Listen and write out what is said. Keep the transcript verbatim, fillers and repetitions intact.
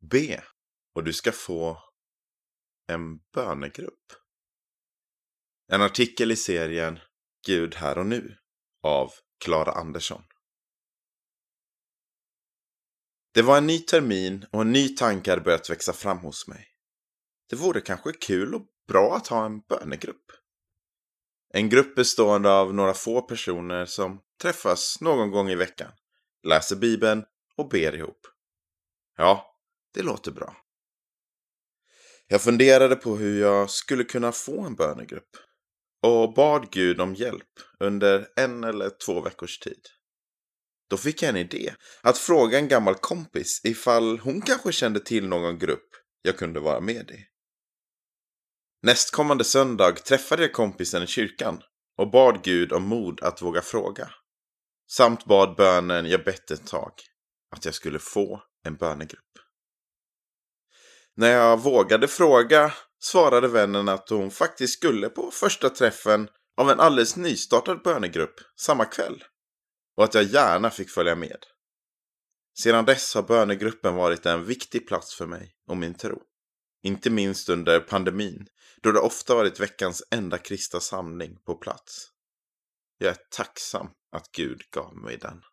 Be och du ska få en bönegrupp. En artikel i serien Gud här och nu av Clara Andersson. Det var en ny termin och en ny tanke hade börjat växa fram hos mig. Det vore kanske kul och bra att ha en bönegrupp. En grupp bestående av några få personer som träffas någon gång i veckan, läser Bibeln och ber ihop. Ja, det låter bra. Jag funderade på hur jag skulle kunna få en bönegrupp och bad Gud om hjälp under en eller två veckors tid. Då fick jag en idé att fråga en gammal kompis ifall hon kanske kände till någon grupp jag kunde vara med i. Nästkommande söndag träffade jag kompisen i kyrkan och bad Gud om mod att våga fråga. Samt bad bönen jag bett ett tag att jag skulle få en bönegrupp. När jag vågade fråga svarade vännen att hon faktiskt skulle på första träffen av en alldeles nystartad bönegrupp samma kväll. Och att jag gärna fick följa med. Sedan dess har bönegruppen varit en viktig plats för mig och min tro. Inte minst under pandemin, då det ofta varit veckans enda kristna samling på plats. Jag är tacksam att Gud gav mig den.